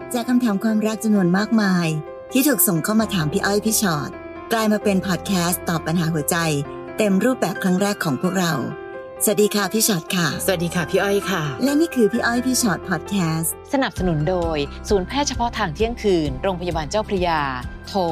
จากคำถามความรักจำนวนมากมายที่ถูกส่งเข้ามาถามพี่อ้อยพี่ชอตกลายมาเป็นพอดแคสต์ตอบปัญหาหัวใจเต็มรูปแบบครั้งแรกของพวกเราสวัสดีค่ะพี่ชอตค่ะสวัสดีค่ะพี่อ้อยค่ะและนี่คือพี่อ้อยพี่ชอตพอดแคสต์สนับสนุนโดยศูนย์แพทย์เฉพาะทางเที่ยงคืนโรงพยาบาลเจ้าพระยาโทร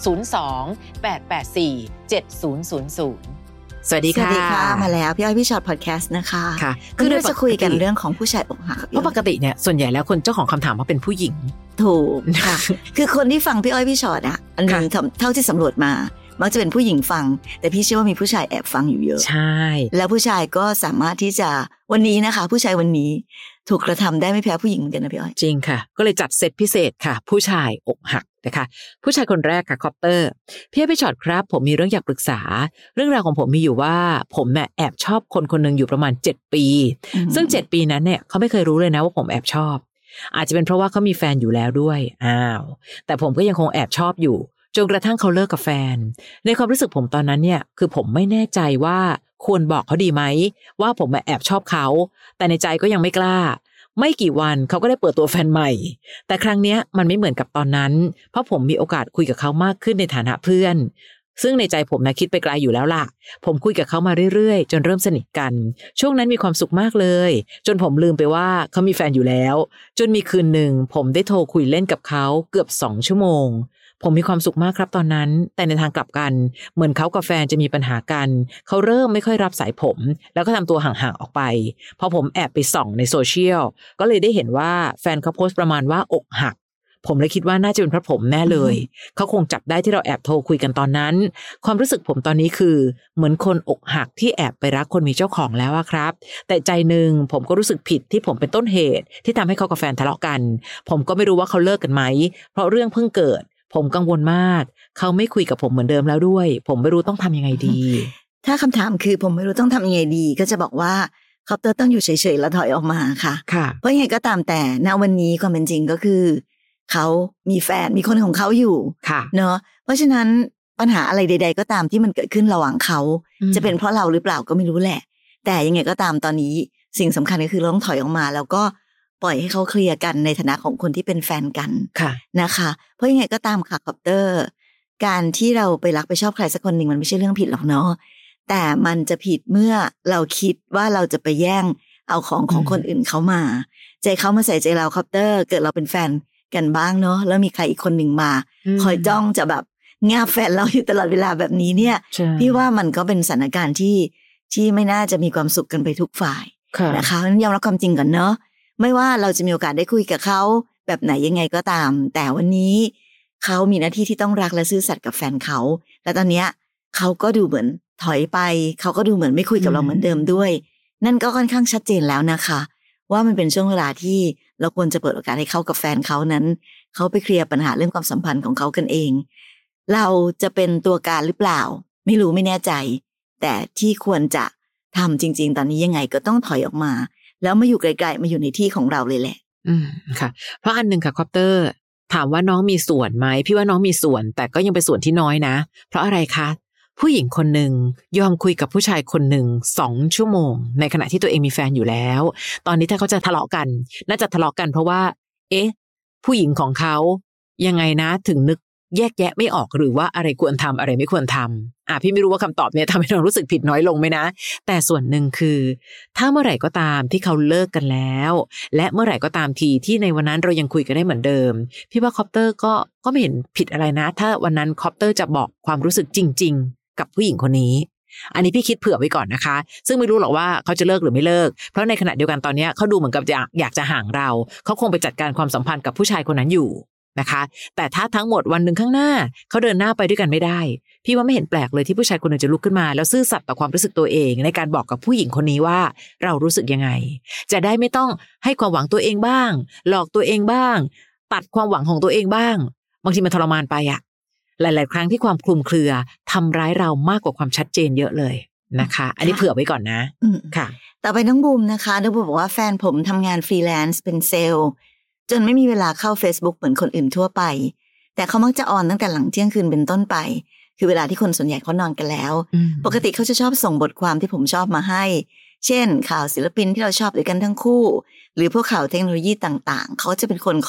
02-884-7000 สวัสดีค่ะมาแล้วพี่อ้อยพี่ชอตพอดแคสต์นะคะค่ะคือเราจะคุยกันเรื่องของผู้ชายอกหักเพราะปกติเนี่ยส่วนใหญ่แล้วคนเจ้าของคำถามว่าเป็นผู้หญิงถูกค่ะคือคนที่ฟังพี่อ้อยพี่ชอตอ่ะอันนึงเท่าที่สำรวจมามักจะเป็นผู้หญิงฟังแต่พี่เชื่อว่ามีผู้ชายแอบฟังอยู่เยอะใช่แล้วผู้ชายก็สามารถที่จะวันนี้นะคะผู้ชายวันนี้ถูกกระทำได้ไม่แพ้ผู้หญิงเหมือนกันนะพี่อ้อยจริงค่ะก็เลยจัดเซตพิเศษค่ะผู้ชายอกหักนะคะผู้ชายคนแรกค่ะคอปเตอร์พี่ชอตครับผมมีเรื่องอยากปรึกษาเรื่องราวของผมมีอยู่ว่าผมเนี่ยแอบชอบคนคนนึงอยู่ประมาณ7ปีซึ่ง7ปีนั้นเนี่ยเขาไม่เคยรู้เลยนะว่าผมแอบชอบอาจจะเป็นเพราะว่าเขามีแฟนอยู่แล้วด้วยแต่ผมก็ยังคงแอบชอบอยู่จนกระทั่งเขาเลิกกับแฟนในความรู้สึกผมตอนนั้นเนี่ยคือผมไม่แน่ใจว่าควรบอกเขาดีไหมว่าผมแอบชอบเขาแต่ในใจก็ยังไม่กล้าไม่กี่วันเขาก็ได้เปิดตัวแฟนใหม่แต่ครั้งนี้มันไม่เหมือนกับตอนนั้นเพราะผมมีโอกาสคุยกับเขามากขึ้นในฐานะเพื่อนซึ่งในใจผมนะคิดไปไกลอยู่แล้วล่ะผมคุยกับเขามาเรื่อยๆจนเริ่มสนิทกันช่วงนั้นมีความสุขมากเลยจนผมลืมไปว่าเขามีแฟนอยู่แล้วจนมีคืนหนึ่งผมได้โทรคุยเล่นกับเขาเกือบ2 ชั่วโมงผมมีความสุขมากครับตอนนั้นแต่ในทางกลับกันเหมือนเขากับแฟนจะมีปัญหากันเขาเริ่มไม่ค่อยรับสายผมแล้วก็ทำตัวห่างๆออกไปพอผมแอบไปส่องในโซเชียลก็เลยได้เห็นว่าแฟนเขาโพสต์ประมาณว่าอกหักผมเลยคิดว่าน่าจะเป็นเพราะผมแน่เลยเขาคงจับได้ที่เราแอบโทรคุยกันตอนนั้นความรู้สึกผมตอนนี้คือเหมือนคนอกหักที่แอบไปรักคนมีเจ้าของแล้วครับแต่ใจนึงผมก็รู้สึกผิดที่ผมเป็นต้นเหตุที่ทำให้เขากับแฟนทะเลาะกันผมก็ไม่รู้ว่าเขาเลิกกันไหมเพราะเรื่องเพิ่งเกิดผมกังวลมากเขาไม่คุยกับผมเหมือนเดิมแล้วด้วยผมไม่รู้ต้องทำยังไงดีถ้าคำถามคือผมไม่รู้ต้องทำยังไงดีก็จะบอกว่าคอปเตอร์ต้องอยู่เฉยๆแล้วถอยออกมาค่ะเพราะยังไงก็ตามแต่ณวันนี้ความเป็นจริงก็คือเขามีแฟนมีคนของเขาอยู่เนาะเพราะฉะนั้นปัญหาอะไรใดๆก็ตามที่มันเกิดขึ้นระหว่างเขาจะเป็นเพราะเราหรือเปล่าก็ไม่รู้แหละแต่ยังไงก็ตามตอนนี้สิ่งสำคัญก็คือเราต้องถอยออกมาแล้วก็ปล่อยให้เขาเคลียร์กันในฐานะของคนที่เป็นแฟนกันนะคะเพราะยังไงก็ตามค่ะคอปเตอร์การที่เราไปรักไปชอบใครสักคนหนึ่งมันไม่ใช่เรื่องผิดหรอกเนาะแต่มันจะผิดเมื่อเราคิดว่าเราจะไปแย่งเอาของคนอื่นเขามาใจเขามาใส่ใจเราคอปเตอร์เกิดเราเป็นแฟนกันบ้างเนาะแล้วมีใครอีกคนหนึ่งมาคอยจ้องจะแบบงาบแฟนเราอยู่ตลอดเวลาแบบนี้เนี่ยพี่ว่ามันก็เป็นสถานการณ์ที่ไม่น่าจะมีความสุขกันไปทุกฝ่ายนะคะนั้นยอมรับความจริงก่อนเนาะไม่ว่าเราจะมีโอกาสได้คุยกับเขาแบบไหนยังไงก็ตามแต่วันนี้เขามีหน้าที่ที่ต้องรักและซื่อสัตย์กับแฟนเขาและตอนเนี้ยเขาก็ดูเหมือนถอยไปเขาก็ดูเหมือนไม่คุยกับเราเหมือนเดิมด้วยนั่นก็ค่อนข้างชัดเจนแล้วนะคะว่ามันเป็นช่วงเวลาที่เราควรจะเปิดโอกาสให้เขากับแฟนเขานั้นเขาไปเคลียร์ปัญหาเรื่องความสัมพันธ์ของเขากันเองเราจะเป็นตัวการหรือเปล่าไม่รู้ไม่แน่ใจแต่ที่ควรจะทำจริงๆตอนนี้ยังไงก็ต้องถอยออกมาแล้วมาอยู่ไกลๆมาอยู่ในที่ของเราเลยแหละค่ะเพราะอันนึงค่ะคอปเตอร์ถามว่าน้องมีส่วนไหมพี่ว่าน้องมีส่วนแต่ก็ยังเป็นส่วนที่น้อยนะเพราะอะไรคะผู้หญิงคนหนึ่งยอมคุยกับผู้ชายคนหนึ่ง2 ชั่วโมงในขณะที่ตัวเองมีแฟนอยู่แล้วตอนนี้ถ้าเขาจะทะเลาะกันน่าจะทะเลาะกันเพราะว่าผู้หญิงของเขายังไงนะถึงนึกแยกแยะไม่ออกหรือว่าอะไรควรทำอะไรไม่ควรทำพี่ไม่รู้ว่าคำตอบเนี่ยทำให้น้องรู้สึกผิดน้อยลงไหมนะแต่ส่วนหนึ่งคือถ้าเมื่อไหร่ก็ตามที่เขาเลิกกันแล้วและเมื่อไหร่ก็ตามทีที่ในวันนั้นเรายังคุยกันได้เหมือนเดิมพี่ว่าคอปเตอร์ก็ไม่เห็นผิดอะไรนะถ้าวันนั้นคอปเตอร์จะบอกความรู้สึกจริงๆกับผู้หญิงคนนี้อันนี้พี่คิดเผื่อไว้ก่อนนะคะซึ่งไม่รู้หรอกว่าเขาจะเลิกหรือไม่เลิกเพราะในขณะเดียวกันตอนนี้เขาดูเหมือนกับอยากจะห่างเราเขาคงไปจัดการความสัมพันธ์กับผู้ชายคนนั้นอยู่นะคะแต่ถ้าทั้งหมดวันหนึ่งข้างหน้าเขาเดินหน้าไปด้วยกันไม่ได้พี่ว่าไม่เห็นแปลกเลยที่ผู้ชายคนหนึ่งจะลุกขึ้นมาแล้วซื่อสัตย์ต่อความรู้สึกตัวเองในการบอกกับผู้หญิงคนนี้ว่าเรารู้สึกยังไงจะได้ไม่ต้องให้ความหวังตัวเองบ้างหลอกตัวเองบ้างตัดความหวังของตัวเองบ้างบางทีมันทรมานไปหลายๆครั้งที่ความคลุมเครือทำร้ายเรามากกว่าความชัดเจนเยอะเลยนะคะอันนี้เผื่อไว้ก่อนนะค่ะต่อไปน้องบูมนะคะน้องบูมบอกว่าแฟนผมทำงานฟรีแลนซ์เป็นเซลล์จนไม่มีเวลาเข้า Facebook เหมือนคนอื่นทั่วไปแต่เขามักจะออนตั้งแต่หลังเที่ยงคืนเป็นต้นไปคือเวลาที่คนส่วนใหญ่เขานอนกันแล้วปกติเขาจะชอบส่งบทความที่ผมชอบมาให้เช่นข่าวศิลปินที่เราชอบด้วยกันทั้งคู่หรือพวกข่าวเทคโนโลยีต่างๆเขาจะเป็นคนคอย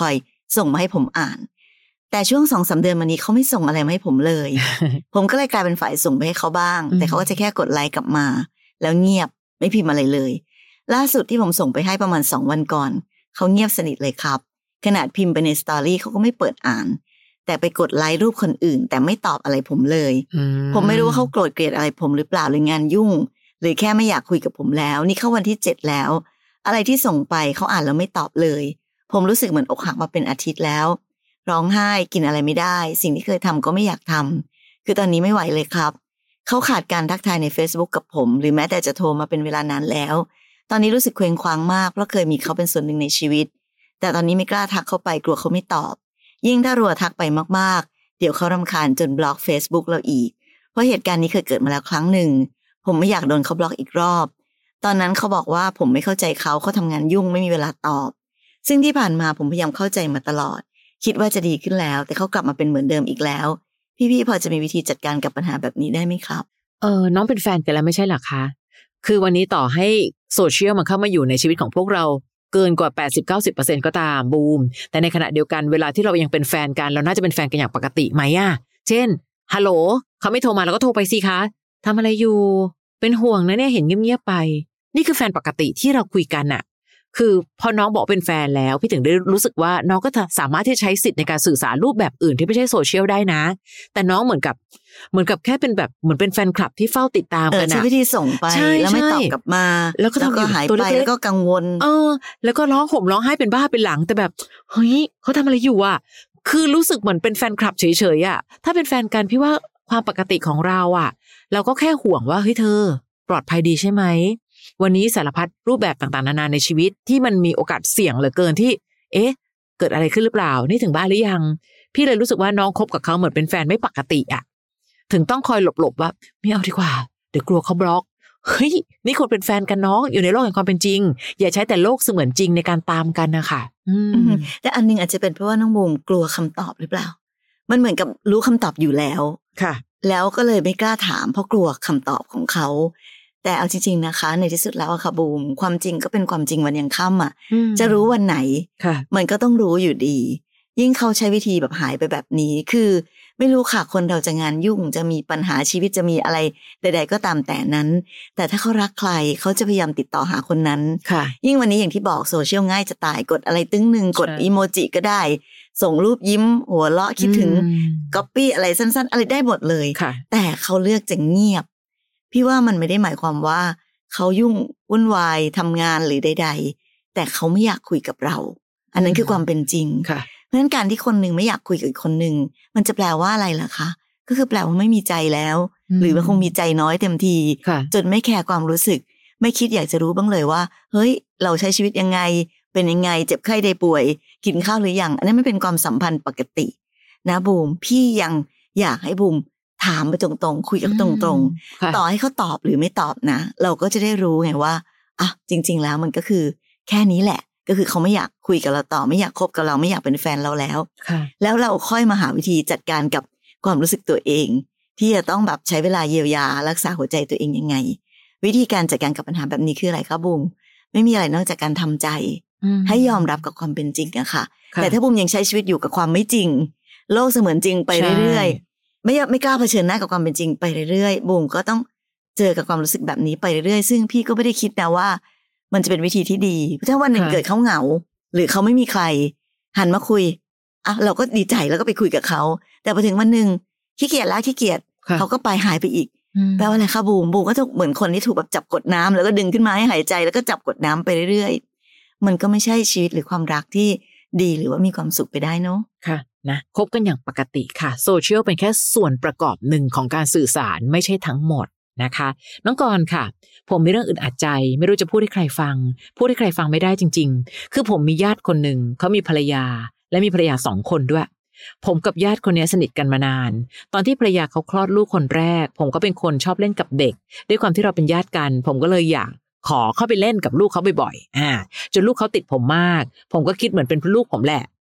ส่งมาให้ผมอ่านแต่ช่วง 2-3 เดือนมานี้เขาไม่ส่งอะไรมาให้ผมเลย ผมก็เลยกลายเป็นฝ่ายส่งไปให้เขาบ้างแต่เขาก็จะแค่กดไลค์กลับมาแล้วเงียบไม่พิมพ์อะไรเลยล่าสุดที่ผมส่งไปให้ประมาณ2 วันก่อนเขาเงียบสนิทเลยครับขนาดพิมพ์ไปในสตอรี่เขาก็ไม่เปิดอ่านแต่ไปกดไลค์รูปคนอื่นแต่ไม่ตอบอะไรผมเลยผมไม่รู้ว่าเขาโกรธเกลียดอะไรผมหรือเปล่าหรืองานยุ่งหรือแค่ไม่อยากคุยกับผมแล้วนี่เข้าวันที่7แล้วอะไรที่ส่งไปเขาอ่านแล้วไม่ตอบเลยผมรู้สึกเหมือนอกหักมาเป็นอาทิตย์แล้วร้องไห้กินอะไรไม่ได้สิ่งที่เคยทำก็ไม่อยากทำคือตอนนี้ไม่ไหวเลยครับเขาขาดการทักทายใน Facebook กับผมหรือแม้แต่จะโทรมาเป็นเวลานานแล้วตอนนี้รู้สึกเคว้งคว้างมากเพราะเคยมีเขาเป็นส่วนหนึ่งในชีวิตแต่ตอนนี้ไม่กล้าทักเขาไปกลัวเขาไม่ตอบยิ่งถ้ารัวทักไปมากๆเดี๋ยวเขารำคาญจนบล็อก Facebook เราอีกเพราะเหตุการณ์นี้เคยเกิดมาแล้วครั้งหนึ่งผมไม่อยากโดนเขาบล็อกอีกรอบตอนนั้นเขาบอกว่าผมไม่เข้าใจเขาทำงานยุ่งไม่มีเวลาตอบซึ่งที่ผ่านมาผมพยายามเข้าใจมาตลอดคิดว่าจะดีขึ้นแล้วแต่เขากลับมาเป็นเหมือนเดิมอีกแล้วพี่ๆพอจะมีวิธีจัดการกับปัญหาแบบนี้ได้ไหมครับน้องเป็นแฟนกันแล้วไม่ใช่หรอคะคือวันนี้ต่อให้โซเชียลมันเข้ามาอยู่ในชีวิตของพวกเราเกินกว่า 80-90% ก็ตามบูมแต่ในขณะเดียวกันเวลาที่เรายังเป็นแฟนกันเราน่าจะเป็นแฟนกันอย่างปกติไหมอ่ะเช่นฮัลโหลเขาไม่โทรมาเราก็โทรไปสิคะทำอะไรอยู่เป็นห่วงนะเนี่ยเห็นเงียบๆไปนี่คือแฟนปกติที่เราคุยกันอะคือพอน้องบอกเป็นแฟนแล้วพี่ถึงได้รู้สึกว่าน้องก็สามารถที่จะใช้สิทธิ์ในการสื่อสารรูปแบบอื่นที่ไม่ใช่โซเชียลได้นะแต่น้องเหมือนกับแค่เป็นแบบเหมือนเป็นแฟนคลับที่เฝ้าติดตามกันนะใช้วิธีส่งไปแล้วไม่ตอบกลับมาแล้วก็หายไปแล้วก็กังวลแล้วก็ร้องห่มร้องไห้เป็นบ้าเป็นหลังแต่แบบเฮ้ยเขาทำอะไรอยู่อ่ะคือรู้สึกเหมือนเป็นแฟนคลับเฉยๆอ่ะถ้าเป็นแฟนกันพี่ว่าความปกติของเราอ่ะเราก็แค่ห่วงว่าเฮ้ยเธอปลอดภัยดีใช่ไหมวันนี้สารพัดรูปแบบต่างๆนานาในชีวิตที่มันมีโอกาสเสี่ยงเหลือเกินที่เกิดอะไรขึ้นหรือเปล่านี่ถึงบ้านหรือยังพี่เลยรู้สึกว่าน้องคบกับเขาเหมือนเป็นแฟนไม่ปกติอ่ะถึงต้องคอยหลบๆว่าไม่เอาดีกว่าเดี๋ยวกลัวเขาบล็อกเฮ้ยนี่คนเป็นแฟนกันน้องอยู่ในโลกแห่งความเป็นจริงอย่าใช้แต่โลกเสมือนจริงในการตามกันนะคะแต่อันนึงอาจจะเป็นเพราะว่าน้องบูมกลัวคำตอบหรือเปล่ามันเหมือนกับรู้คำตอบอยู่แล้วค่ะแล้วก็เลยไม่กล้าถามเพราะกลัวคำตอบของเขาแต่เอาจริงๆนะคะในที่สุดแล้วอะค่ะบูมความจริงก็เป็นความจริงวันยังค่ำอะจะรู้วันไหนมันก็ต้องรู้อยู่ดียิ่งเขาใช้วิธีแบบหายไปแบบนี้คือไม่รู้ค่ะคนเราจะงานยุ่งจะมีปัญหาชีวิตจะมีอะไรใดๆก็ตามแต่นั้นแต่ถ้าเขารักใครเขาจะพยายามติดต่อหาคนนั้นยิ่งวันนี้อย่างที่บอกโซเชียลง่ายจะตายกดอะไรตึ้งนึงกดอีโมจิก็ได้ส่งรูปยิ้มหัวเราะคิดถึงก๊อปปี้อะไรสั้นๆอะไรได้หมดเลยแต่เขาเลือกจะเงียบพี่ว่ามันไม่ได้หมายความว่าเขายุ่งวุ่นวายทำงานหรือใดๆแต่เขาไม่อยากคุยกับเราอันนั้นคือความเป็นจริงเพราะฉะนั้นการที่คนนึงไม่อยากคุยกับอีกคนนึงมันจะแปลว่าอะไรล่ะคะก็คือแปลว่าไม่มีใจแล้วหรือมันคงมีใจน้อยเต็มทีจนไม่แคร์ความรู้สึกไม่คิดอยากจะรู้บ้างเลยว่าเฮ้ยเราใช้ชีวิตยังไงเป็นยังไงเจ็บไข้ได้ป่วยกินข้าวหรือยังอันนั้นไม่เป็นความสัมพันธ์ปกตินะบูมพี่ยังอยากให้บูมถามไปตรงๆคุยกับตรงๆต่อให้เขาตอบหรือไม่ตอบนะเราก็จะได้รู้ไงว่าอ่ะจริงๆแล้วมันก็คือแค่นี้แหละก็คือเขาไม่อยากคุยกับเราต่อไม่อยากคบกับเราไม่อยากเป็นแฟนเราแล้วแล้วเราค่อยมาหาวิธีจัดการกับความรู้สึกตัวเองที่จะต้องแบบใช้เวลาเยียวยารักษาหัวใจตัวเองยังไงวิธีการจัดการกับปัญหาแบบนี้คืออะไรคะบูมไม่มีอะไรนอกจากการทำใจให้ยอมรับกับความเป็นจริงอะค่ะแต่ถ้าบูมยังใช้ชีวิตอยู่กับความไม่จริงโลกเสมือนจริงไปเรื่อยๆไม่กล้าเผชิญหน้ากับความเป็นจริงไปเรื่อยๆบูมก็ต้องเจอกับความรู้สึกแบบนี้ไปเรื่อยๆซึ่งพี่ก็ไม่ได้คิดนะว่ามันจะเป็นวิธีที่ดีถ้าวันหนึ่งเกิดเขาเหงาหรือเขาไม่มีใครหันมาคุยอ่ะเราก็ดีใจแล้วก็ไปคุยกับเขาแต่พอถึงวันหนึ่งขี้เกียจเขาก็ไปหายไปอีกแปลว่าอะไรคะบูมก็จะเหมือนคนที่ถูกแบบจับกดน้ำแล้วก็ดึงขึ้นมาให้หายใจแล้วก็จับกดน้ำไปเรื่อยๆมันก็ไม่ใช่ชีวิตหรือความรักที่ดีหรือว่ามีความสุขไปได้เนาะค่ะนะคบกันอย่างปกติค่ะโซเชียลเป็นแค่ส่วนประกอบหนึ่งของการสื่อสารไม่ใช่ทั้งหมดนะคะน้องกรณ์ค่ะผมมีเรื่องอึดอัดใจไม่รู้จะพูดให้ใครฟังไม่ได้จริงๆคือผมมีญาติคนหนึ่งเขามีภรรยาและมีภรรยา2 คนด้วยผมกับญาติคนนี้สนิทกันมานานตอนที่ภรรยาเขาคลอดลูกคนแรกผมก็เป็นคนชอบเล่นกับเด็กด้วยความที่เราเป็นญาติกันผมก็เลยอยากขอเข้าไปเล่นกับลูกเขาบ่อยๆจนลูกเขาติดผมมากผมก็คิดเหมือนเป็นลูกผมแหละ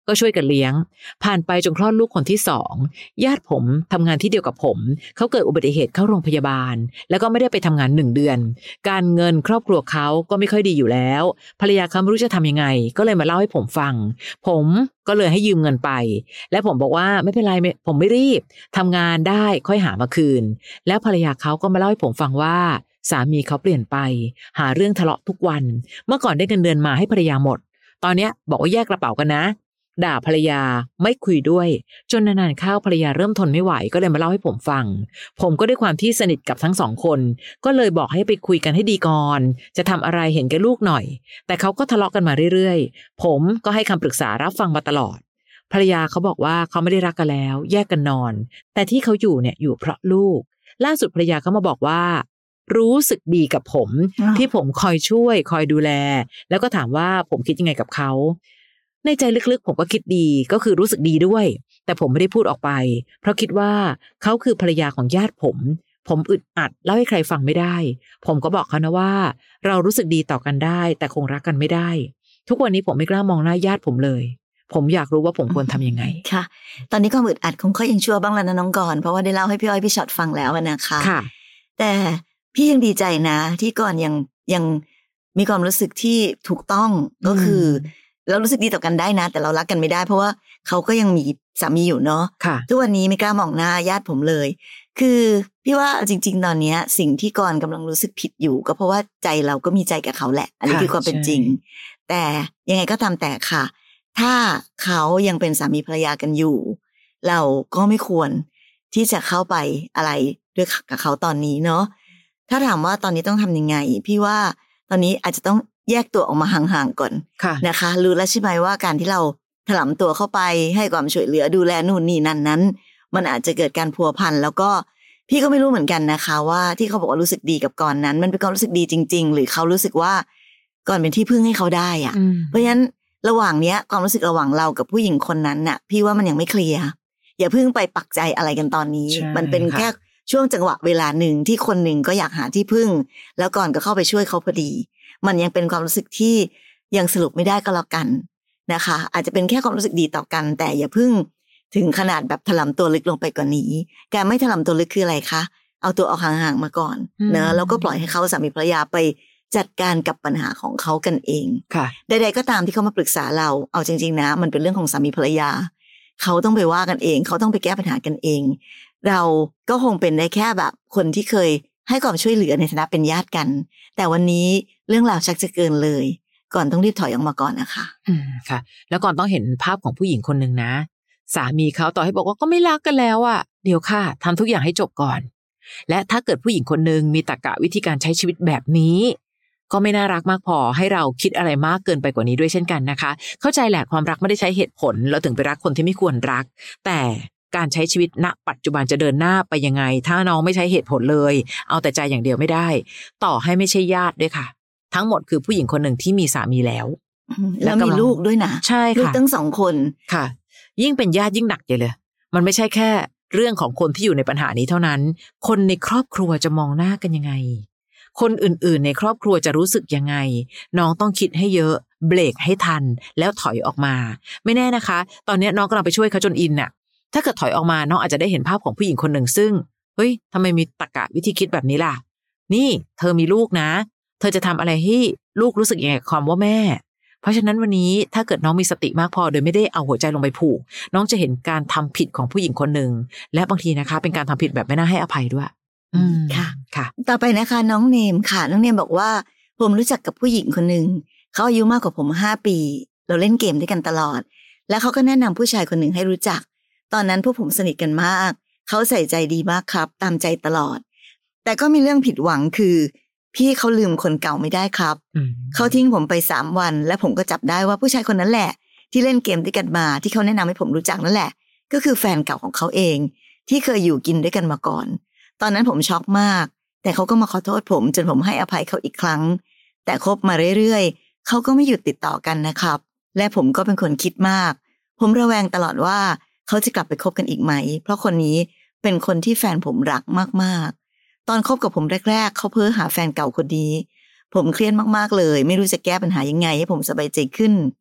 ก็ช่วยกันเลี้ยงผ่านไปจนคลอดลูกคนที่2ญาติผมทำงานที่เดียวกับผมเขาเกิดอุบัติเหตุเข้าโรงพยาบาลแล้วก็ไม่ได้ไปทำงาน1 เดือนการเงินครอบครัวเขาก็ไม่ค่อยดีอยู่แล้วภรรยาเขาไม่รู้จะทำยังไงก็เลยมาเล่าให้ผมฟังผมก็เลยให้ยืมเงินไปและผมบอกว่าไม่เป็นไรผมไม่รีบทำงานได้ค่อยหามาคืนแล้วภรรยาเขาก็มาเล่าให้ผมฟังว่าสามีเขาเปลี่ยนไปหาเรื่องทะเลาะทุกวันเมื่อก่อนได้เงินเดือนมาให้ภรรยาหมดตอนนี้บอกว่าแยกกระเป๋ากันนะด่าภรรยาไม่คุยด้วยจนนานๆเข้าภรรยาเริ่มทนไม่ไหวก็เลยมาเล่าให้ผมฟังผมก็ด้วยความที่สนิทกับทั้ง2 คนก็เลยบอกให้ไปคุยกันให้ดีก่อนจะทำอะไรเห็นแก่ลูกหน่อยแต่เขาก็ทะเลาะกันมาเรื่อยๆผมก็ให้คำปรึกษารับฟังมาตลอดภรรยาเขาบอกว่าเขาไม่ได้รักกันแล้วแยกกันนอนแต่ที่เขาอยู่เนี่ยอยู่เพราะลูกล่าสุดภรรยาเขามาบอกว่ารู้สึกดีกับผมที่ผมคอยช่วยคอยดูแลแล้วก็ถามว่าผมคิดยังไงกับเขาในใจลึกๆผมก็คิดดีก็คือรู้สึกดีด้วยแต่ผมไม่ได้พูดออกไปเพราะคิดว่าเขาคือภรรยาของญาติผมอึดอัดเล่าให้ใครฟังไม่ได้ผมก็บอกเขานะว่าเรารู้สึกดีต่อกันได้แต่คงรักกันไม่ได้ทุกวันนี้ผมไม่กล้ามองหน้าญาติผมเลยผมอยากรู้ว่าผมควรทำยังไงค่ะตอนนี้ความอึดอัดคงค่อยยังชั่วบ้างแล้วนะน้องกรณ์เพราะว่าได้เล่าให้พี่อ้อยพี่ช็อตฟังแล้วนะคะค่ะแต่พี่ยังดีใจนะที่ก่อนยังมีความรู้สึกที่ถูกต้องก็คือเรารู้สึกดีต่อกันได้นะแต่เรารักกันไม่ได้เพราะว่าเขาก็ยังมีสามีอยู่เนาะทุกวันนี้ไม่กล้ามองหน้าญาติผมเลยคือพี่ว่าจริงๆตอนนี้สิ่งที่ก่อนกำลังรู้สึกผิดอยู่ก็เพราะว่าใจเราก็มีใจกับเขาแหละอันนี้คือความเป็นจริงแต่ยังไงก็ตามแต่ค่ะถ้าเขายังเป็นสามีภรรยากันอยู่เราก็ไม่ควรที่จะเข้าไปอะไรด้วยกับเขาตอนนี้เนาะถ้าถามว่าตอนนี้ต้องทำยังไงพี่ว่าตอนนี้อาจจะต้องแยกตัวออกมาห่างๆก่อนนะคะรู้แล้วใช่ไหมว่าการที่เราถลำตัวเข้าไปให้ความช่วยเหลือดูแลนู่นนี่นั่นนั้นมันอาจจะเกิดการพัวพันแล้วก็พี่ก็ไม่รู้เหมือนกันนะคะว่าที่เขาบอกว่ารู้สึกดีกับก่อนนั้นมันเป็นความรู้สึกดีจริงๆหรือเขารู้สึกว่าก่อนเป็นที่พึ่งให้เขาได้อะเพราะฉะนั้นระหว่างเนี้ยความรู้สึกระหว่างเรากับผู้หญิงคนนั้นน่ะพี่ว่ามันยังไม่เคลียร์อย่าเพิ่งไปปักใจอะไรกันตอนนี้มันเป็นแค่ช่วงจังหวะเวลาหนึ่งที่คนหนึ่งก็อยากหาที่พึ่งแล้วก่อนก็เข้าไปช่วยเขาพอดีมันยังเป็นความรู้สึกที่ยังสรุปไม่ได้ก็แล้วกันนะคะอาจจะเป็นแค่ความรู้สึกดีต่อกันแต่อย่าเพิ่งถึงขนาดแบบถลำตัวลึกลงไปกว่านี้การไม่ถลำตัวลึกคืออะไรคะเอาตัวออกห่างๆมาก่อนนะแล้วก็ปล่อยให้เขาสามีภรรยาไปจัดการกับปัญหาของเขากันเองใดๆก็ตามที่เขามาปรึกษาเราเอาจริงๆนะมันเป็นเรื่องของสามีภรรยาเขาต้องไปว่ากันเองเขาต้องไปแก้ปัญหากันเองเราก็คงเป็นได้แค่แบบคนที่เคยให้ความช่วยเหลือในฐานะเป็นญาติกันแต่วันนี้เรื่องราวชักจะเกินเลยก่อนต้องรีบถอยออกมาก่อนนะคะค่ะแล้วก่อนต้องเห็นภาพของผู้หญิงคนหนึ่งนะสามีเขาต่อให้บอกว่าก็ไม่รักกันแล้วอ่ะเดี๋ยวค่ะทำทุกอย่างให้จบก่อนและถ้าเกิดผู้หญิงคนหนึ่งมีตรรกะวิธีการใช้ชีวิตแบบนี้ก็ไม่น่ารักมากพอให้เราคิดอะไรมากเกินไปกว่านี้ด้วยเช่นกันนะคะเข้าใจแหละความรักไม่ได้ใช้เหตุผลเราถึงไปรักคนที่ไม่ควรรักแต่การใช้ชีวิตณปัจจุบันจะเดินหน้าไปยังไงถ้าน้องไม่ใช้เหตุผลเลยเอาแต่ใจอย่างเดียวไม่ได้ต่อให้ไม่ใช่ญาติด้วยค่ะทั้งหมดคือผู้หญิงคนหนึ่งที่มีสามีแล้วแล้วมีลูกด้วยนะใช่ค่ะลูกทั้ง2 คนค่ะยิ่งเป็นญาติยิ่งหนักใหญ่เลยมันไม่ใช่แค่เรื่องของคนที่อยู่ในปัญหานี้เท่านั้นคนในครอบครัวจะมองหน้ากันยังไงคนอื่นๆในครอบครัวจะรู้สึกยังไงน้องต้องคิดให้เยอะเบรกให้ทันแล้วถอยออกมาไม่แน่นะคะตอนนี้น้องกำลังไปช่วยเขาจนอินน่ะถ้าเกิดถอยออกมาน้องอาจจะได้เห็นภาพของผู้หญิงคนหนึ่งซึ่งเฮ้ยทำไมมีตรรกะวิธีคิดแบบนี้ล่ะนี่เธอมีลูกนะเธอจะทำอะไรให้ลูกรู้สึกยังไงกับความว่าแม่เพราะฉะนั้นวันนี้ถ้าเกิดน้องมีสติมากพอโดยไม่ได้เอาหัวใจลงไปผูกน้องจะเห็นการทำผิดของผู้หญิงคนหนึ่งและบางทีนะคะเป็นการทำผิดแบบไม่น่าให้อภัยด้วยค่ะต่อไปนะคะน้องเนมค่ะน้องเนมบอกว่าผมรู้จักกับผู้หญิงคนหนึ่งเขาอายุมากกว่าผม5 ปีเราเล่นเกมด้วยกันตลอดแล้วเขาก็แนะนำผู้ชายคนหนึ่งให้รู้จักตอนนั้นพวกผมสนิทกันมากเขาใส่ใจดีมากครับตามใจตลอดแต่ก็มีเรื่องผิดหวังคือพี่เขาลืมคนเก่าไม่ได้ครับเขาทิ้งผมไป3 วันและผมก็จับได้ว่าผู้ชายคนนั้นแหละที่เล่นเกมด้วยกันมาที่เขาแนะนำให้ผมรู้จักนั่นแหละก็คือแฟนเก่าของเขาเองที่เคยอยู่กินด้วยกันมาก่อนตอนนั้นผมช็อกมากแต่เขาก็มาขอโทษผมจนผมให้อภัยเขาอีกครั้งแต่คบมาเรื่อยๆเขาก็ไม่หยุดติดต่อกันนะครับและผมก็เป็นคนคิดมากผมระแวงตลอดว่าเขาจะกลับไปคบกันอีกไหมเพราะคนนี้เป็นคนที่แฟนผมรักมากๆตอนคบกับผมแรกๆเขาเพ้อหาแฟนเก่าคนนี้ผมเครียดมากๆเลยไม่รู้จะแก้ปัญหายังไงให้ผมสบายใจขึ้น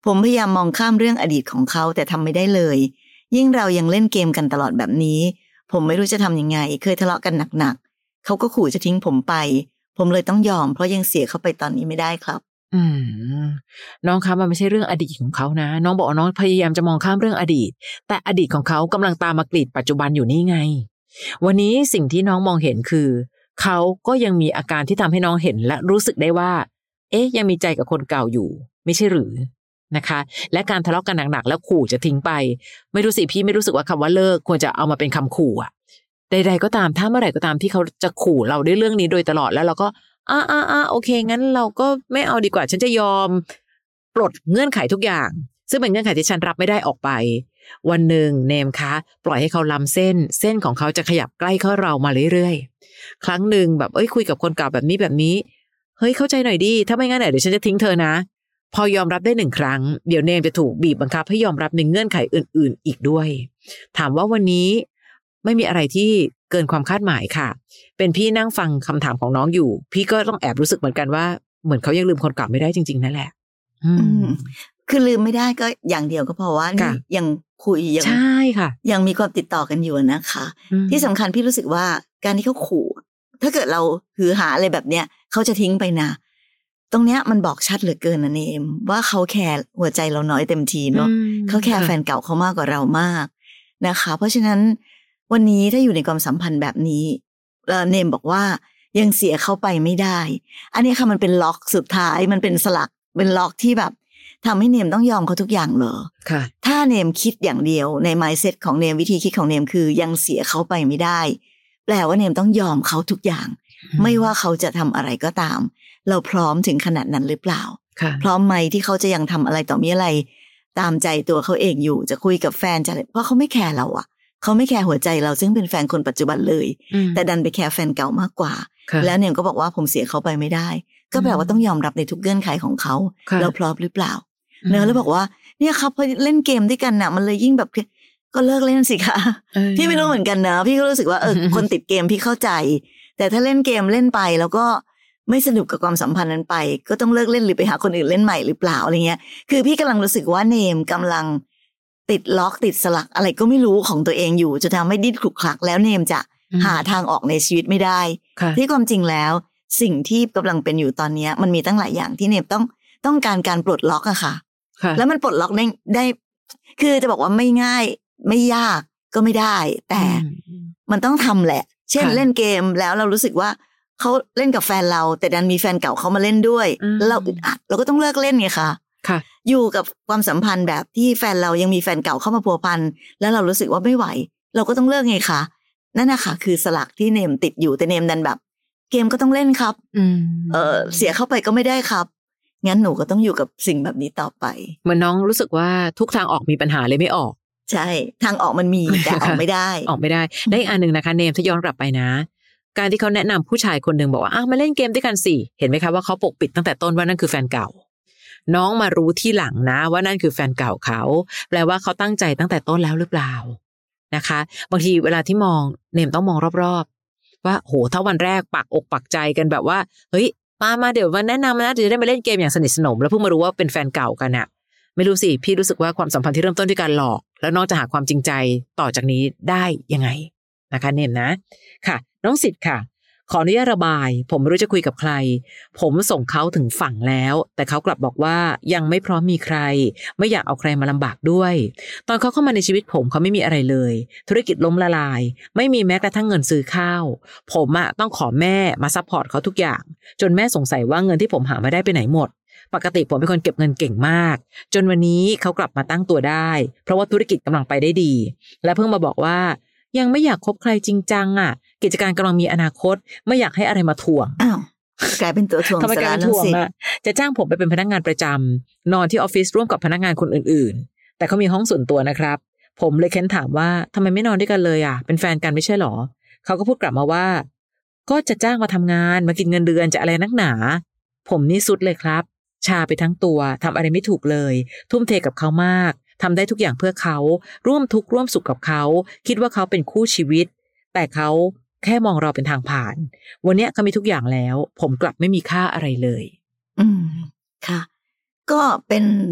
ผมพยายามมองข้ามเรื่องอดีตของเขาแต่ทำไม่ได้เลยยิ่งเรายังเล่นเกมกันตลอดแบบนี้ผมไม่รู้จะทำยังไงเคยทะเลาะกันหนักๆเขาก็ขู่จะทิ้งผมไปผมเลยต้องยอมเพราะยังเสียเขาไปตอนนี้ไม่ได้ครับน้องคะมันไม่ใช่เรื่องอดีตของเขานะน้องบอกว่าน้องพยายามจะมองข้ามเรื่องอดีตแต่อดีตของเขากำลังตามมากรีดปัจจุบันอยู่นี่ไงวันนี้สิ่งที่น้องมองเห็นคือเขาก็ยังมีอาการที่ทำให้น้องเห็นและรู้สึกได้ว่ายังมีใจกับคนเก่าอยู่ไม่ใช่หรือนะคะและการทะเลาะกันหนักๆแล้วขู่จะทิ้งไปไม่รู้สิพี่ไม่รู้สึกว่าคำว่าเลิกควรจะเอามาเป็นคำขู่อะใดๆก็ตามถ้าเมื่อไหร่ก็ตามที่เขาจะขู่เราด้วยเรื่องนี้โดยตลอดแล้วเราก็โอเคงั้นเราก็ไม่เอาดีกว่าฉันจะยอมปลดเงื่อนไขทุกอย่างซึ่งเป็นเงื่อนไขที่ฉันรับไม่ได้ออกไปวันหนึ่งเนมคะปล่อยให้เขาล้ำเส้นของเขาจะขยับใกล้เข้าเรามาเรื่อยๆครั้งหนึ่งแบบคุยกับคนเก่าแบบนี้เฮ้ยเข้าใจหน่อยดิถ้าไม่งั้นเดี๋ยวฉันจะทิ้งเธอนะพอยอมรับได้1 ครั้งเดี๋ยวเนมจะถูกบีบบังคับให้ยอมรับในเงื่อนไขอื่นๆอีกด้วยถามว่าวันนี้ไม่มีอะไรที่เกินความคาดหมายค่ะเป็นพี่นั่งฟังคำถามของน้องอยู่พี่ก็ต้องแอบรู้สึกเหมือนกันว่าเหมือนเขายังลืมคนเก่าไม่ได้จริงๆนั่นแหละคือลืมไม่ได้ก็อย่างเดียวก็เพราะว่านี่ยังคุยยังใช่ค่ะยังมีความติดต่อกันอยู่นะคะที่สำคัญพี่รู้สึกว่าการที่เขาขู่ถ้าเกิดเราหือหาอะไรแบบเนี้ยเขาจะทิ้งไปนะตรงเนี้ยมันบอกชัดเหลือเกินนะเนมว่าเขาแคร์หัวใจเราน้อยเต็มทีเนาะเขาแคร์แฟนเก่าเขามากกว่าเรามากนะคะเพราะฉะนั้นวันนี้ถ้าอยู่ในความสัมพันธ์แบบนี้เนมบอกว่ายังเสียเขาไปไม่ได้อันนี้ค่ะมันเป็นล็อกสุดท้ายมันเป็นสลักเป็นล็อกที่แบบทำให้เนมต้องยอมเขาทุกอย่างเหรอค่ะถ้าเนมคิดอย่างเดียวใน mindset ของเนมวิธีคิดของเนมคือยังเสียเขาไปไม่ได้แปลว่าเนมต้องยอมเขาทุกอย่างไม่ว่าเขาจะทำอะไรก็ตามเราพร้อมถึงขนาดนั้นหรือเปล่าพร้อมไหมที่เขาจะยังทำอะไรต่อมีอะไรตามใจตัวเขาเองอยู่จะคุยกับแฟนจะเพราะเขาไม่แคร์เราอ่ะเขาไม่แคร์หัวใจเราซึ่งเป็นแฟนคนปัจจุบันเลยแต่ดันไปแคร์แฟนเก่ามากกว่าแล้วเนมก็บอกว่าผมเสียเขาไปไม่ได้ก็แปลว่าต้องยอมรับในทุกเงื่อนไขของเขาเราพร้อมหรือเปล่าเนอะแล้วบอกว่าเนี่ยครับพอเล่นเกมด้วยกันน่ะมันเลยยิ่งแบบก็เลิกเล่นสิคะพี่ไม่รู้เหมือนกันนะพี่ก็รู้สึกว่าคนติดเกมพี่เข้าใจแต่ถ้าเล่นเกมเล่นไปแล้วก็ไม่สนุกกับความสัมพันธ์นั้นไปก็ต้องเลิกเล่นหรือไปหาคนอื่นเล่นใหม่หรือเปล่าอะไรเงี้ยคือพี่กำลังรู้สึกว่าเนมกำลังติดล็อกติดสลักอะไรก็ไม่รู้ของตัวเองอยู่จะทำให้ดิ้นขลุกคลักแล้วเนมจะหาทางออกในชีวิตไม่ได้ที่ความจริงแล้วสิ่งที่กำลังเป็นอยู่ตอนนี้มันมีตั้งหลายอย่างที่เนมต้องการปลดล็อกอะค่ะแล้วมันปลดล็อกได้คือจะบอกว่าไม่ง่ายไม่ยากก็ไม่ได้แต่มันต้องทำแหละเช่นเล่นเกมแล้วเรารู้สึกว่าเขาเล่นกับแฟนเราแต่ดันมีแฟนเก่าเขามาเล่นด้วยแล้วเราอึดอัดเราก็ต้องเลิกเล่นไงคะอยู่กับความสัมพันธ์แบบที่แฟนเรายังมีแฟนเก่าเข้ามาพัวพันแล้วเรารู้สึกว่าไม่ไหวเราก็ต้องเลิกไงคะนั่นนะคะคือสลักที่เนมติดอยู่แต่เนมดันแบบเกมก็ต้องเล่นครับเสียเข้าไปก็ไม่ได้ครับงั้นหนูก็ต้องอยู่กับสิ่งแบบนี้ต่อไปเหมือนน้องรู้สึกว่าทุกทางออกมีปัญหาเลยไม่ออกใช่ทางออกมันมีแต่ออกไม่ได้ออกไม่ได้ได้อันนึงนะคะเนมถ้าย้อนกลับไปนะการที่เขาแนะนำผู้ชายคนหนึ่งบอกว่ามาเล่นเกมด้วยกันสิเห็นไหมคะว่าเขาปกปิดตั้งแต่ต้นว่านั่นคือแฟนเก่าน้องมารู้ที่หลังนะว่านั่นคือแฟนเก่าเขาแปลว่าเขาตั้งใจตั้งแต่ต้นแล้วหรือเปล่านะคะบางทีเวลาที่มองเนมต้องมองรอบๆว่าโหถ้าวันแรกปักอกปักใจกันแบบว่าเฮ้ยมาเดี๋ยววันแนะนำนะจะได้มาเล่นเกมอย่างสนิทสนมแล้วเพิ่งมารู้ว่าเป็นแฟนเก่ากันอะไม่รู้สิพี่รู้สึกว่าความสัมพันธ์ที่เริ่มต้นด้วยการหลอกแล้วน้องจะหาความจริงใจต่อจากนี้ได้ยังไงนะคะเนมนะค่ะน้องสิทธิ์ค่ะขออนุญาตระบายผมไม่รู้จะคุยกับใครผมส่งเขาถึงฝั่งแล้วแต่เขากลับบอกว่ายังไม่พร้อมมีใครไม่อยากเอาใครมาลำบากด้วยตอนเขาเข้ามาในชีวิตผมเขาไม่มีอะไรเลยธุรกิจล้มละลายไม่มีแม้กระทั่งเงินซื้อข้าวผมต้องขอแม่มาซัพพอร์ตเขาทุกอย่างจนแม่สงสัยว่าเงินที่ผมหามาได้ไปไหนหมดปกติผมเป็นคนเก็บเงินเก่งมากจนวันนี้เขากลับมาตั้งตัวได้เพราะว่าธุรกิจกำลังไปได้ดีและเพิ่งมาบอกว่ายังไม่อยากคบใครจริงจังกิจการกำลังมีอนาคตไม่อยากให้อะไรมาถ่วงกลายเป็นตัวถ่วงทำไมกลายเป็นถ่วงจะจ้างผมไปเป็นพนักงานประจำนอนที่ออฟฟิศร่วมกับพนักงานคนอื่นๆแต่เขามีห้องส่วนตัวนะครับผมเลยเค้นถามว่าทำไมไม่นอนด้วยกันเลยเป็นแฟนกันไม่ใช่หรอเขาก็พูดกลับมาว่าก็จะจ้างมาทำงานมากินเงินเดือนจะอะไรนักหนาผมนี่สุดเลยครับชาไปทั้งตัวทำอะไรไม่ถูกเลยทุ่มเทกับเขามากทำได้ทุกอย่างเพื่อเขาร่วมทุกข์ร่วมสุขกับเขาคิดว่าเขาเป็นคู่ชีวิตแต่เขาแค่มองเราเป็นทางผ่านวันนี้เขามีทุกอย่างแล้วผมกลับไม่มีค่าอะไรเลยค่ะก็เป็น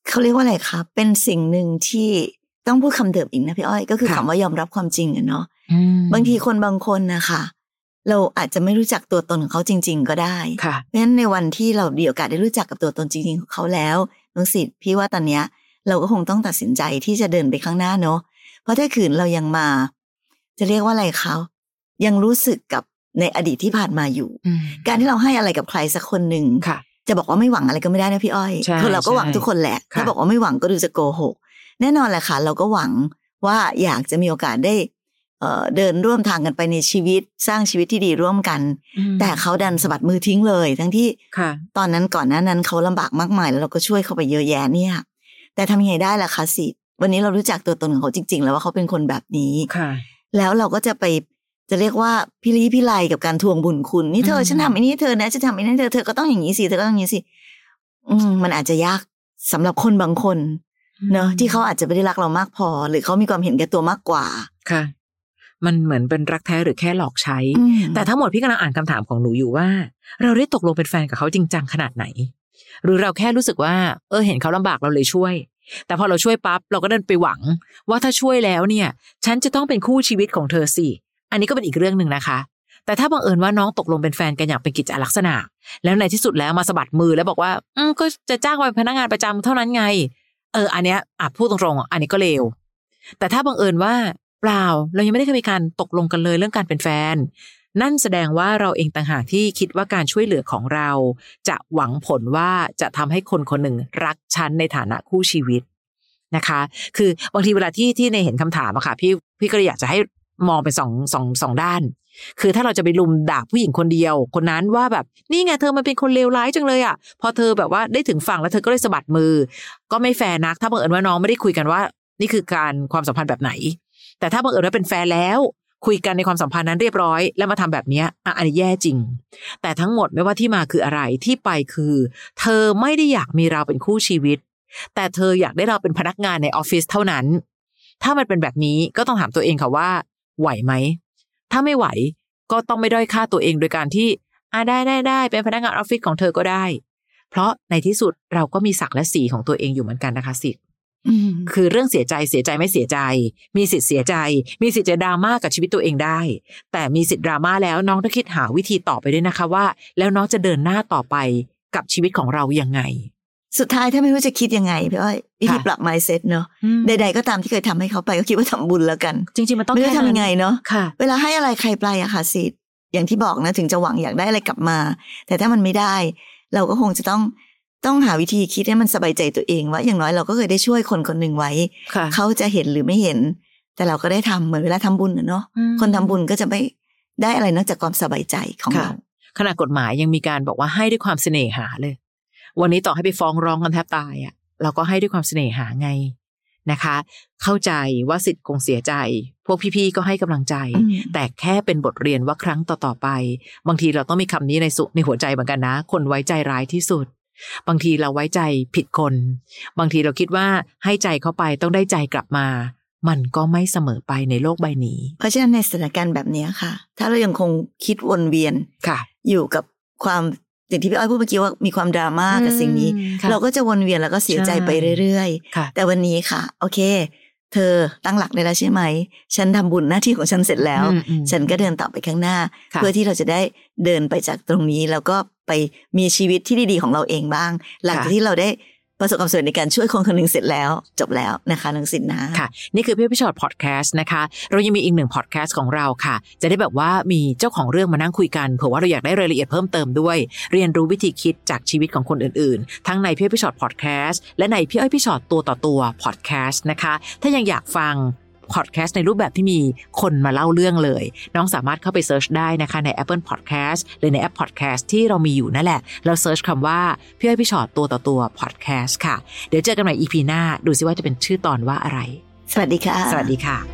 เขาเรียกว่าอะไรคะเป็นสิ่งหนึ่งที่ต้องพูดคำเดิมอีกนะพี่อ้อยก็คือคำว่ายอมรับความจริงเนาะบางทีคนบางคนนะคะเราอาจจะไม่รู้จักตัวตนของเขาจริงๆก็ได้เพราะฉะนั้นในวันที่เรามีโอกาสได้รู้จักกับตัวตนจริงๆของเขาแล้วน้องสิทธิ์พี่ว่าตอนเนี้ยเราก็คงต้องตัดสินใจที่จะเดินไปข้างหน้าเนาะเพราะถ้าขืนเรายังมาจะเรียกว่าอะไรเขายังรู้สึกกับในอดีตที่ผ่านมาอยู่การที่เราให้อะไรกับใครสักคนหนึ่งจะบอกว่าไม่หวังอะไรก็ไม่ได้นะพี่อ้อยคือเราก็หวังทุกคนแหละถ้าบอกว่าไม่หวังก็ดูจะโกหกแน่นอนแหละค่ะเราก็หวังว่าอยากจะมีโอกาสได้เดินร่วมทางกันไปในชีวิตสร้างชีวิตที่ดีร่วมกันแต่เขาดันสะบัดมือทิ้งเลยทั้งที่ตอนนั้นก่อนหน้านั้นเขาลำบากมากมายแล้วเราก็ช่วยเขาไปเยอะแยะเนี่ยแต่ทำยังไงได้ล่ะคะสิวันนี้เรารู้จักตัวตนของเขาจริงๆแล้วว่าเขาเป็นคนแบบนี้แล้วเราก็จะไปจะเรียกว่าพิลีพิไลกับการทวงบุญคุณนี่เธอฉันทำไอ้นี่เธอนะฉันทำไอ้นั่นเธอก็ต้องอย่างนี้สิเธอก็ต้องอย่างนี้สิมันอาจจะยากสำหรับคนบางคนเนอะที่เขาอาจจะไม่ได้รักเรามากพอหรือเขามีความเห็นแก่ตัวมากกว่าค่ะมันเหมือนเป็นรักแท้หรือแค่หลอกใช้แต่ทั้งหมดพี่กำลังอ่านคำถามของหนูอยู่ว่าเราได้ตกลงเป็นแฟนกับเขาจริงจังขนาดไหนหรือเราแค่รู้สึกว่าเห็นเขาลำบากเราเลยช่วยแต่พอเราช่วยปั๊บเราก็เดินไปหวังว่าถ้าช่วยแล้วเนี่ยฉันจะต้องเป็นคู่ชีวิตของเธอสิอันนี้ก็เป็นอีกเรื่องนึงนะคะแต่ถ้าบังเอิญว่าน้องตกลงเป็นแฟนกันอย่างเป็นกิจลักษณะแล้วในที่สุดแล้วมาสะบัดมือแล้วบอกว่าก็จะจ้างเป็นพนักงานประจำเท่านั้นไงอันเนี้ยพูดตรงๆอันนี้ก็เลวแต่ถ้าบังเอิญว่าเปล่าเรายังไม่ได้เคยมีการตกลงกันเลยเรื่องการเป็นแฟนนั่นแสดงว่าเราเองต่างหากที่คิดว่าการช่วยเหลือของเราจะหวังผลว่าจะทำให้คนคนหนึ่งรักฉันในฐานะคู่ชีวิตนะคะคือบางทีเวลาที่ในเห็นคำถามอะค่ะพี่ก็เลยอยากจะให้มองเป็นสองด้านคือถ้าเราจะไปลุมด่าผู้หญิงคนเดียวคนนั้นว่าแบบนี่ไงเธอมันเป็นคนเลวร้ายจังเลยอะพอเธอแบบว่าได้ถึงฝั่งแล้วเธอก็เลยสะบัดมือก็ไม่แฟร์นักถ้าบังเอิญว่าน้องไม่ได้คุยกันว่านี่คือการความสัมพันธ์แบบไหนแต่ถ้าบังเอิญว่าเป็นแฟนแล้วคุยกันในความสัมพันธ์นั้นเรียบร้อยแล้วมาทำแบบนี้อันนี้แย่จริงแต่ทั้งหมดไม่ว่าที่มาคืออะไรที่ไปคือเธอไม่ได้อยากมีเราเป็นคู่ชีวิตแต่เธออยากได้เราเป็นพนักงานในออฟฟิศเท่านั้นถ้ามันเป็นแบบนี้ก็ต้องถามตัวเองค่ะว่าไหวไหมถ้าไม่ไหวก็ต้องไม่ด้อยค่าตัวเองโดยการที่ได้เป็นพนักงานออฟฟิศของเธอก็ได้เพราะในที่สุดเราก็มีศักดิ์และสีของตัวเองอยู่เหมือนกันนะคะสิคือเรื่องเสียใจไม่เสียใจมีสิทธิ์เสียใจมีสิทธิ์จะดราม่ากับชีวิตตัวเองได้แต่มีสิทธิ์ดราม่าแล้วน้องต้องคิดหาวิธีต่อไปด้วยนะคะว่าแล้วน้องจะเดินหน้าต่อไปกับชีวิตของเรายังไงสุดท้ายถ้าไม่รู้จะคิดยังไงพี่อ้อยวิธีปรับ mindset เนาะใดๆก็ตามที่เคยทำให้เขาไปก็คิดว่าทำบุญแล้วกันจริงๆมันต้องไม่รู้ทำยังไงเนาะเวลาให้อะไรใครไปอะค่ะสิอย่างที่บอกนะถึงจะหวังอยากได้อะไรกลับมาแต่ถ้ามันไม่ได้เราก็คงจะต้องหาวิธีคิดให้มันสบายใจตัวเองว่าอย่างน้อยเราก็เคยได้ช่วยคนคนหนึ่งไว้เขาจะเห็นหรือไม่เห็นแต่เราก็ได้ทำเหมือนเวลาทำบุญเนาะคนทำบุญก็จะไม่ได้อะไรนอกจากความสบายใจของเราขณะกฎหมายยังมีการบอกว่าให้ด้วยความเสน่หาเลยวันนี้ต่อให้ไปฟ้องร้องกันแทบตายอ่ะเราก็ให้ด้วยความเสน่หาไงนะคะเข้าใจว่าสิทธิ์คงเสียใจพวกพี่ๆก็ให้กำลังใจแต่แค่เป็นบทเรียนว่าครั้งต่อๆไปบางทีเราต้องมีคำนี้ในหัวใจเหมือนกันนะคนไว้ใจร้ายที่สุดบางทีเราไว้ใจผิดคนบางทีเราคิดว่าให้ใจเขาไปต้องได้ใจกลับมามันก็ไม่เสมอไปในโลกใบนี้เพราะฉะนั้นในสถานการณ์แบบนี้ค่ะถ้าเรายังคงคิดวนเวียนอยู่กับความอย่างที่พี่อ้อยพูดเมื่อกี้ว่ามีความดราม่ากับสิ่งนี้เราก็จะวนเวียนแล้วก็เสียใจไปเรื่อยๆแต่วันนี้ค่ะโอเคเธอตั้งหลักได้แล้วใช่ไหมฉันทำบุญหน้าที่ของฉันเสร็จแล้วฉันก็เดินต่อไปข้างหน้าเพื่อที่เราจะได้เดินไปจากตรงนี้แล้วก็ไปมีชีวิตที่ดีๆของเราเองบ้างหลังจากที่เราได้ประสบความสำเร็จในการช่วยคนคนหนึ่งเสร็จแล้วจบแล้วนะคะน้องสินนะค่ะนี่คือพี่ชอตพอดแคสต์นะคะเรายังมีอีกหนึ่งพอดแคสต์ของเราค่ะจะได้แบบว่ามีเจ้าของเรื่องมานั่งคุยกันเผื่อว่าเราอยากได้รายละเอียดเพิ่มเติมด้วยเรียนรู้วิธีคิดจากชีวิตของคนอื่นๆทั้งในพี่ชอตพอดแคสต์และในพี่ชอตตัวต่อตัวพอดแคสต์นะคะถ้ายังอยากฟังพอดแคสต์ในรูปแบบที่มีคนมาเล่าเรื่องเลยน้องสามารถเข้าไปเซิร์ชได้นะคะใน Apple Podcast หรือในแอป Podcast ที่เรามีอยู่นั่นแหละเราเซิร์ชคำว่าพี่ชอตตัวต่อตัว Podcast ค่ะเดี๋ยวเจอกันใหม่ EP หน้าดูซิว่าจะเป็นชื่อตอนว่าอะไรสวัสดีค่ะสวัสดีค่ะ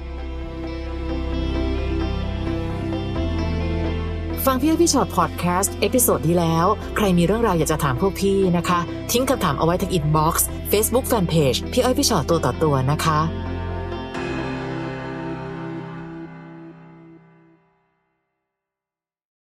ฟังพี่ชอต Podcast เอพิโซดที่แล้วใครมีเรื่องราวอยากจะถามพวกพี่นะคะทิ้งคำถามเอาไว้ทาง Inbox Facebook Fanpage พี่ชอตตัวต่อตัวนะคะ